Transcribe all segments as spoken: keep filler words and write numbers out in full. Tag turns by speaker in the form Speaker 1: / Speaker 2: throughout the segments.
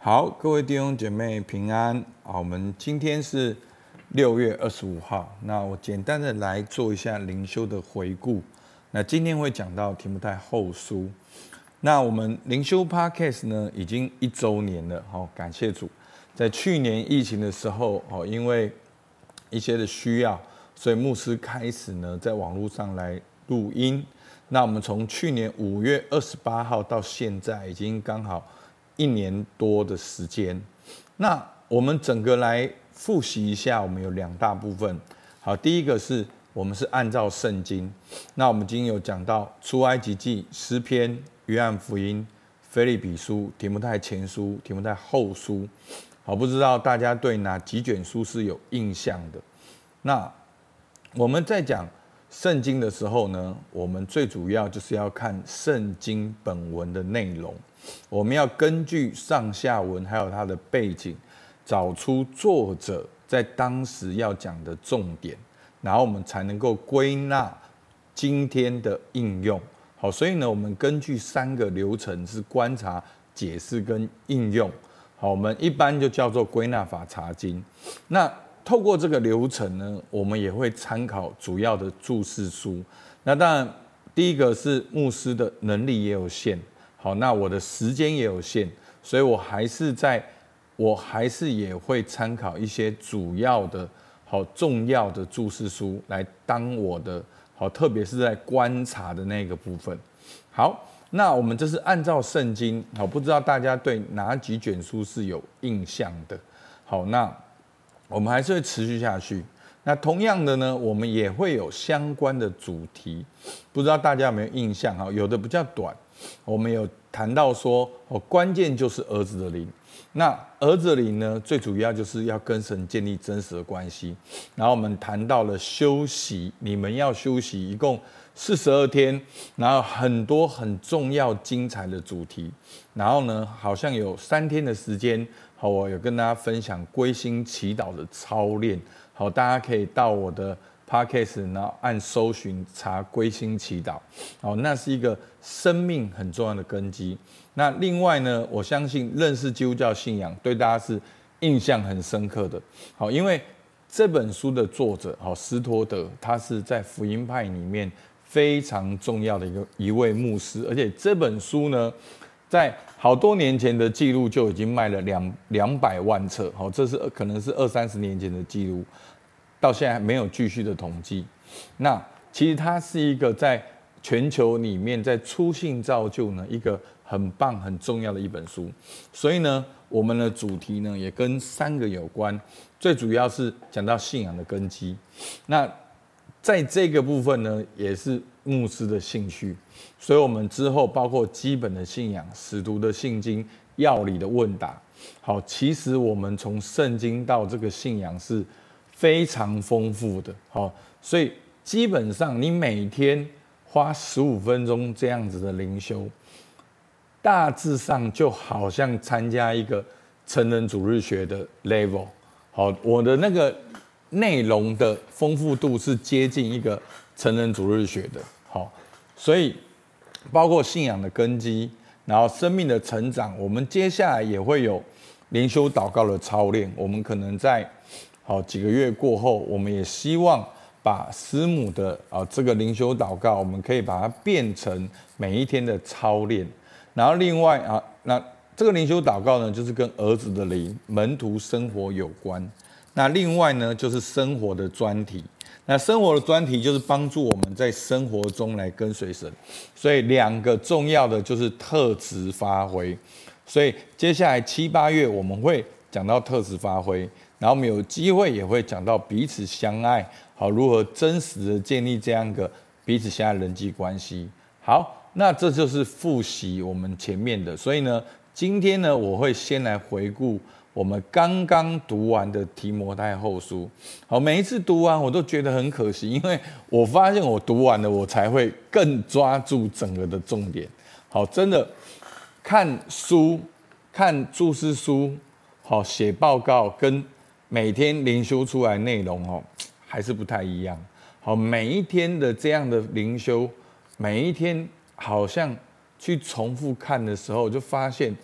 Speaker 1: 好，各位弟兄姐妹平安。好，我们今天是六月二十五号。那我简单的来做一下灵修的回顾。那今天会讲到提摩太后书。那我们灵修 Podcast 呢，已经一周年了。好，感谢主。在去年疫情的时候，哦，因为一些的需要，所以牧师开始呢，在网络上来录音。那我们从去年五月二十八号到现在，已经刚好一年多的时间。那我们整个来复习一下，我们有两大部分。好，第一个是我们是按照圣经。那我们今天有讲到出埃及记、诗篇、约翰福音、腓立比书、提摩太前书、提摩太后书。好，不知道大家对哪几卷书是有印象的？那我们在讲圣经的时候呢，我们最主要就是要看圣经本文的内容。我们要根据上下文还有它的背景，找出作者在当时要讲的重点，然后我们才能够归纳今天的应用。好，所以呢，我们根据三个流程是观察、解释跟应用。好，我们一般就叫做归纳法查经。那透过这个流程呢，我们也会参考主要的注释书。那当然，第一个是牧师的能力也有限。好，那我的时间也有限，所以我还是在，我还是也会参考一些主要的、好重要的注释书来当我的好，特别是在观察的那个部分。好，那我们这是按照圣经。好，不知道大家对哪几卷书是有印象的？好，那我们还是会持续下去。那同样的呢，我们也会有相关的主题，不知道大家有没有印象？哈，有的比较短，我们有谈到说，哦，关键就是儿子的灵。那儿子的灵呢，最主要就是要跟神建立真实的关系。然后我们谈到了休息，你们要休息，一共四十二天，然后很多很重要精彩的主题。然后呢，好像有三天的时间，好，我有跟大家分享归心祈祷的操练。好，大家可以到我的 Podcast， 然后按搜寻查归心祈祷。好，那是一个生命很重要的根基。那另外呢，我相信认识基督教信仰对大家是印象很深刻的。好，因为这本书的作者好斯托德，他是在福音派里面非常重要的一个一位牧师，而且这本书呢，在好多年前的记录就已经卖了两两百万册。好，这是可能是二三十年前的记录，到现在还没有继续的统计。那其实它是一个在全球里面在初信造就呢一个很棒很重要的一本书。所以呢，我们的主题呢也跟三个有关，最主要是讲到信仰的根基。那在这个部分呢，也是牧师的兴趣，所以我们之后包括基本的信仰、使徒的信经、要理的问答。好，其实我们从圣经到这个信仰是非常丰富的。好，所以基本上你每天花十五分钟这样子的灵修，大致上就好像参加一个成人主日学的 level。好，我的那个内容的丰富度是接近一个成人主日学的。好，所以包括信仰的根基，然后生命的成长，我们接下来也会有灵修祷告的操练。我们可能在好几个月过后，我们也希望把师母的啊这个灵修祷告，我们可以把它变成每一天的操练。然后另外啊，那这个灵修祷告呢，就是跟儿子的灵、门徒生活有关。那另外呢，就是生活的专题。那生活的专题就是帮助我们在生活中来跟随神。所以两个重要的就是特质发挥。所以接下来七八月我们会讲到特质发挥，然后我们有机会也会讲到彼此相爱，好，如何真实的建立这样一个彼此相爱的人际关系。好，那这就是复习我们前面的。所以呢，今天呢，我会先来回顾我们刚刚读完的提摩太后书。好，每一次读完我都觉得很可惜，因为我发现我读完了，我才会更抓住整个的重点。好，真的看书、看注释书，好，写报告跟每天灵修出来内容哦，还是不太一样。好，每一天的这样的灵修，每一天好像去重复看的时候，就发现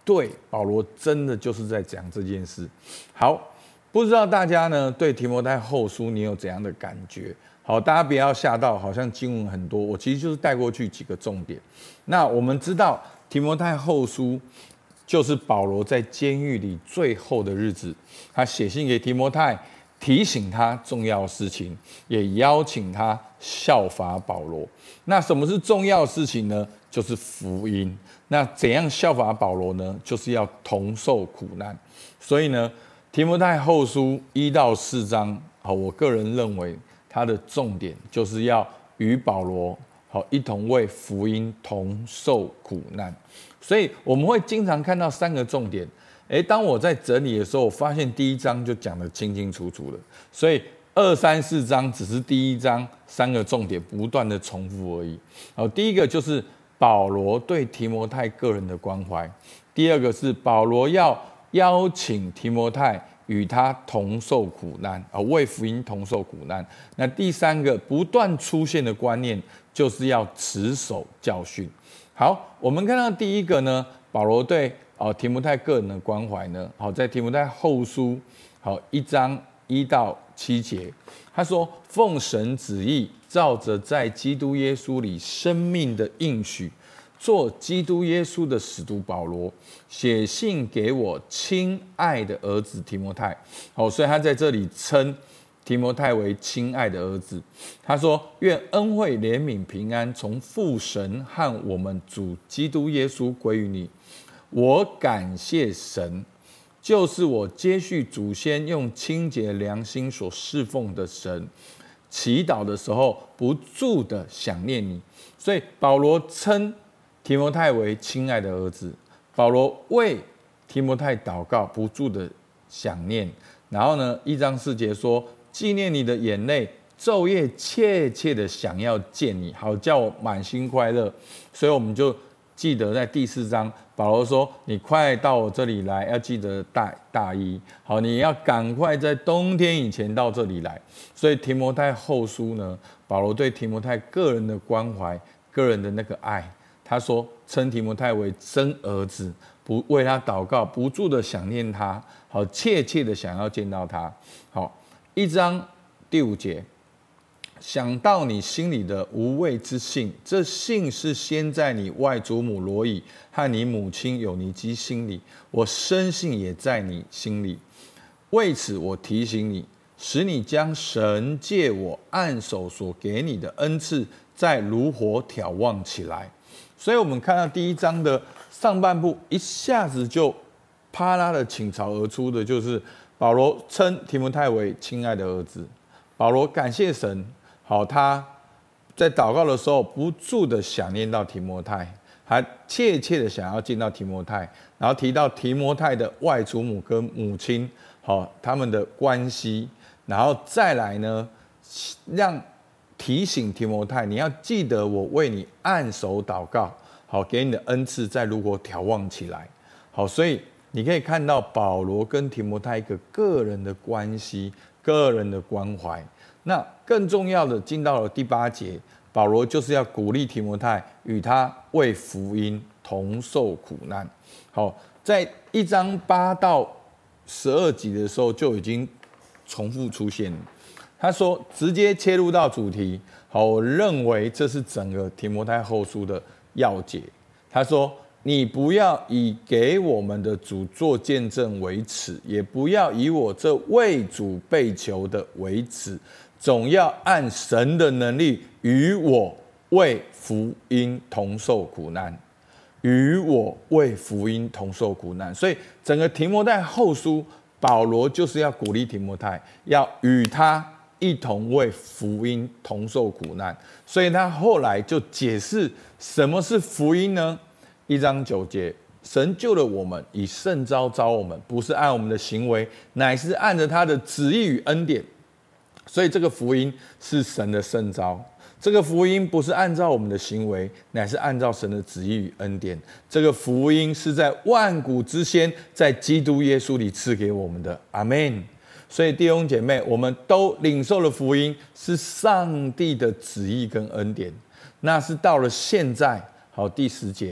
Speaker 1: 对，保罗真的就是在讲这件事。好，不知道大家呢对提摩太后书你有怎样的感觉？好，大家不要吓到，好像经文很多，我其实就是带过去几个重点。那我们知道提摩太后书就是保罗在监狱里最后的日子，他写信给提摩太，提醒他重要事情，也邀请他效法保罗。那什么是重要事情呢？就是福音。那怎样效法保罗呢？就是要同受苦难。所以呢，提摩太后书一到四章，好，我个人认为它的重点就是要与保罗好一同为福音同受苦难。所以我们会经常看到三个重点。诶，当我在整理的时候，我发现第一章就讲得清清楚楚了。所以二三四章只是第一章三个重点不断的重复而已。好，第一个就是保罗对提摩太个人的关怀，第二个是保罗要邀请提摩太与他同受苦难，啊，为福音同受苦难。那第三个不断出现的观念，就是要持守教训。好，我们看到第一个呢，保罗对哦提摩太个人的关怀呢，好，在提摩太后书好一章一到七节，他说：“奉神旨意，照着在基督耶稣里生命的应许，做基督耶稣的使徒保罗，写信给我亲爱的儿子提摩太。”好，所以他在这里称提摩太为亲爱的儿子。他说：“愿恩惠、怜悯、平安，从父神和我们主基督耶稣归于你。我感谢神。”就是我接续祖先用清洁良心所侍奉的神，祈祷的时候不住的想念你。所以保罗称提摩太为亲爱的儿子，保罗为提摩太祷告，不住的想念。然后呢，一章四节说：“纪念你的眼泪，昼夜切切的想要见你，好叫我满心快乐。”所以我们就记得在第四章，保罗说：“你快到我这里来，要记得带大衣。好，你要赶快在冬天以前到这里来。”所以提摩太后书呢，保罗对提摩太个人的关怀、个人的那个爱，他说称提摩太为真儿子，不为他祷告，不住的想念他，好切切的想要见到他。好，一章第五节。想到你心里的无畏之信，这信是先在你外祖母罗以和你母亲有尼基心里，我深信也在你心里。为此我提醒你，使你将神借我按手所给你的恩赐，再如火挑旺起来。所以我们看到第一章的上半部，一下子就啪啦的倾巢而出的就是保罗称提摩太为亲爱的儿子。保罗感谢神。好，他在祷告的时候不住的想念到提摩太，还切切的想要见到提摩太，然后提到提摩太的外祖母跟母亲，好，他们的关系，然后再来呢，让提醒提摩太，你要记得我为你按手祷告，好，给你的恩赐再如果挑旺起来。好，所以你可以看到保罗跟提摩太一个个人的关系，个人的关怀。那更重要的，进到了第八节，保罗就是要鼓励提摩太与他为福音同受苦难。好，在一章八到十二节的时候就已经重复出现了。他说直接切入到主题。好，我认为这是整个提摩太后书的要解。他说：“你不要以给我们的主做见证为耻，也不要以我这为主被囚的为耻。总要按神的能力与我为福音同受苦难，与我为福音同受苦难。”所以整个提摩太后书，保罗就是要鼓励提摩太，要与他一同为福音同受苦难。所以他后来就解释什么是福音呢？一章九节，神救了我们，以圣召召我们，不是按我们的行为，乃是按着他的旨意与恩典。所以这个福音是神的圣召，这个福音不是按照我们的行为，乃是按照神的旨意与恩典。这个福音是在万古之先，在基督耶稣里赐给我们的。阿们。所以弟兄姐妹，我们都领受了福音，是上帝的旨意跟恩典。那是到了现在，好，第十节，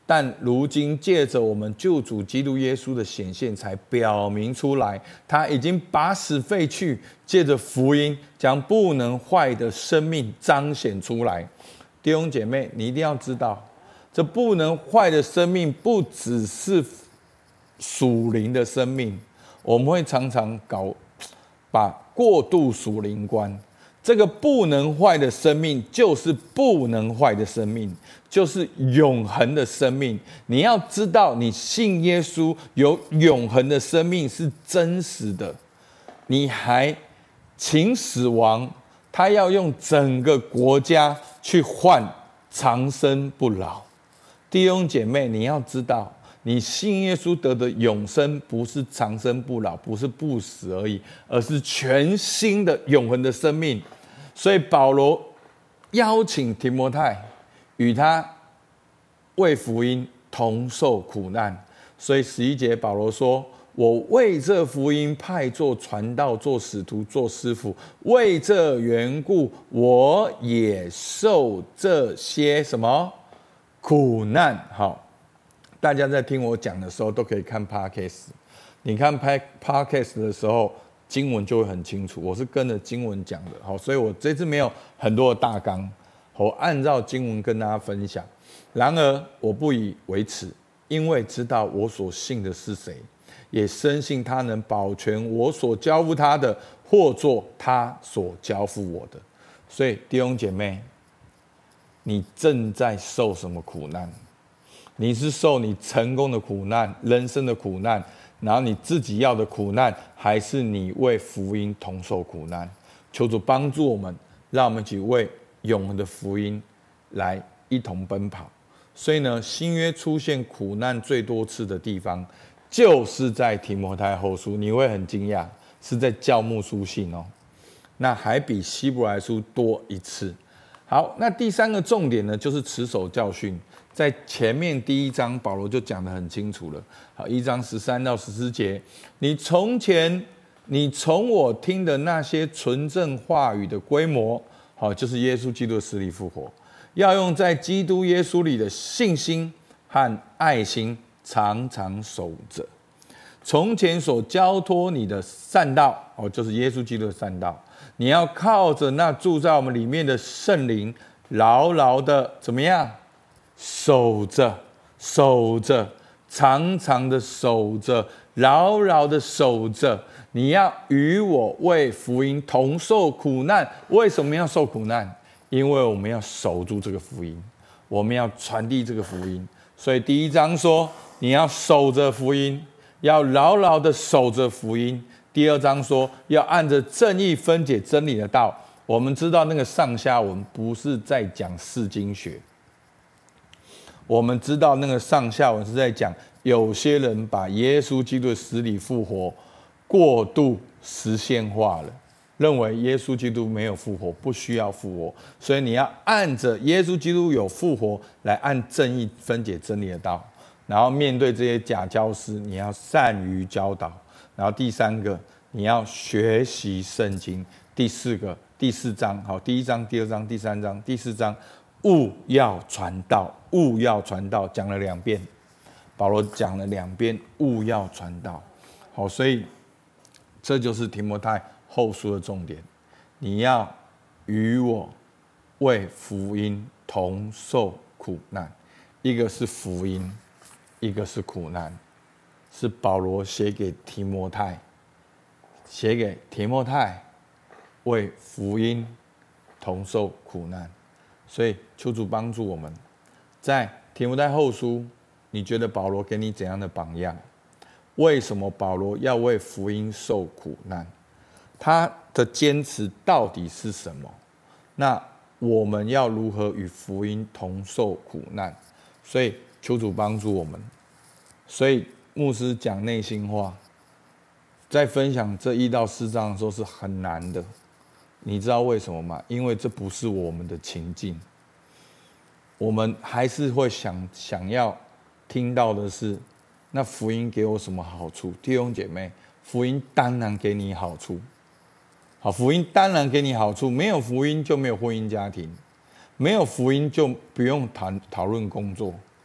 Speaker 1: 但如今借着我们救主基督耶稣的显现，才表明出来，他已经把死废去，借着福音将不能坏的生命彰显出来。弟兄姐妹，你一定要知道，这不能坏的生命不只是属灵的生命，我们会常常搞把过度属灵观。这个不能坏的生命就是不能坏的生命，就是永恒的生命。你要知道，你信耶稣有永恒的生命是真实的，你还请死亡，他要用整个国家去换长生不老。弟兄姐妹，你要知道，你信耶稣得的永生不是长生不老，不是不死而已，而是全新的永恒的生命。所以保罗邀请提摩太与他为福音同受苦难。所以十一节保罗说，我为这福音派做传道，做使徒，做师傅，为这缘故我也受这些什么苦难。好，大家在听我讲的时候都可以看 Podcast， 你看 Podcast 的时候经文就会很清楚，我是跟着经文讲的。好，所以我这次没有很多的大纲，我按照经文跟大家分享。然而我不以为耻，因为知道我所信的是谁，也深信他能保全我所交付他的，或做他所交付我的。所以弟兄姐妹，你正在受什么苦难？你是受你成功的苦难，人生的苦难，然后你自己要的苦难，还是你为福音同受苦难？求主帮助我们，让我们一起为永恒的福音来一同奔跑。所以呢，新约出现苦难最多次的地方，就是在提摩太后书。你会很惊讶，是在教牧书信哦，那还比希伯来书多一次。好，那第三个重点呢，就是持守教训。在前面第一章，保罗就讲得很清楚了。好，一章十三到十四节，你从前你从我听的那些纯正话语的规模，好，就是耶稣基督的死里复活，要用在基督耶稣里的信心和爱心常常守着。从前所交托你的善道，哦，就是耶稣基督的善道，你要靠着那住在我们里面的圣灵，牢牢的怎么样？守着，守着，常常的守着，牢牢的守着。你要与我为福音同受苦难。为什么要受苦难？因为我们要守住这个福音，我们要传递这个福音。所以第一章说，你要守着福音，要牢牢的守着福音。第二章说，要按着正义分解真理的道。我们知道那个上下文不是在讲释经学，我们知道那个上下文是在讲，有些人把耶稣基督的死里复活过度实现化了，认为耶稣基督没有复活，不需要复活，所以你要按着耶稣基督有复活来按正义分解真理的道，然后面对这些假教师，你要善于教导。然后第三个，你要学习圣经。第四个，第四章，好，第一章、第二章、第三章、第四章，务要传道，务要传道，讲了两遍，保罗讲了两遍，务要传道。好，所以这就是提摩太后书的重点。你要与我为福音同受苦难，一个是福音，一个是苦难，是保罗写给提摩太，写给提摩太为福音同受苦难。所以求主帮助我们，在提摩太后书，你觉得保罗给你怎样的榜样？为什么保罗要为福音受苦难？他的坚持到底是什么？那我们要如何与福音同受苦难？所以求主帮助我们。所以牧师讲内心话，在分享这一到四章的时候是很难的。你知道为什么吗？因为这不是我们的情境，我们还是会想想要听到的是，那福音给我什么好处？弟兄姐妹，福音当然给你好处。好，福音当然给你好处。没有福音就没有婚姻家庭，没有福音就不用谈讨论工作，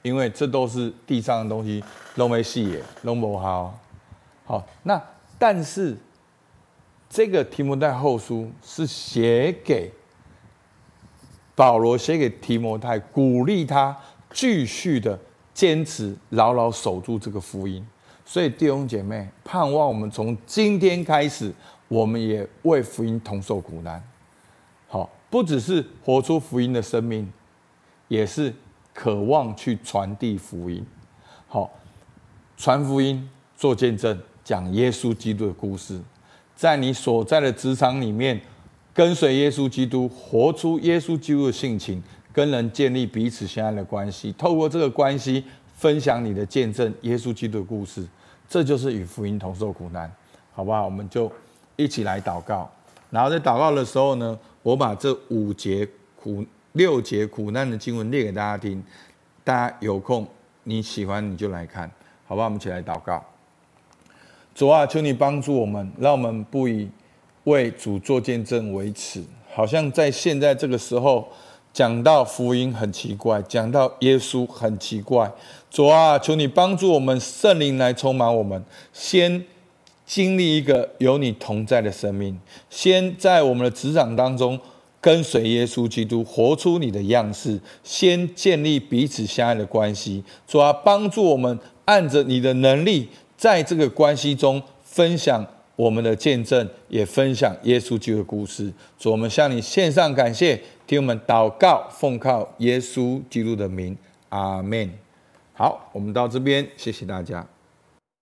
Speaker 1: 因为这都是地上的东西，都没戏耶，都不好。好，那但是这个提摩太后书是写给保罗，写给提摩太，鼓励他继续的坚持，牢牢守住这个福音。所以弟兄姐妹，盼望我们从今天开始，我们也为福音同受苦难。好，不只是活出福音的生命，也是渴望去传递福音。好，传福音，做见证，讲耶稣基督的故事，在你所在的职场里面，跟随耶稣基督，活出耶稣基督的性情，跟人建立彼此相爱的关系。透过这个关系，分享你的见证，耶稣基督的故事，这就是与福音同受苦难，好不好？我们就一起来祷告。然后在祷告的时候呢，我把这五节苦六节苦难的经文列给大家听，大家有空你喜欢你就来看，好不好？我们一起来祷告。主啊，求你帮助我们，让我们不以为主做见证为耻。好像在现在这个时候，讲到福音很奇怪，讲到耶稣很奇怪。主啊，求你帮助我们，圣灵来充满我们，先经历一个有你同在的生命，先在我们的职场当中跟随耶稣基督，活出你的样式，先建立彼此相爱的关系。主啊，帮助我们按着你的能力，在这个关系中分享我们的见证，也分享耶稣基督的故事。主，我们向你献上感谢，听我们祷告，奉靠耶稣基督的名，阿们。好，我们到这边，谢谢大家。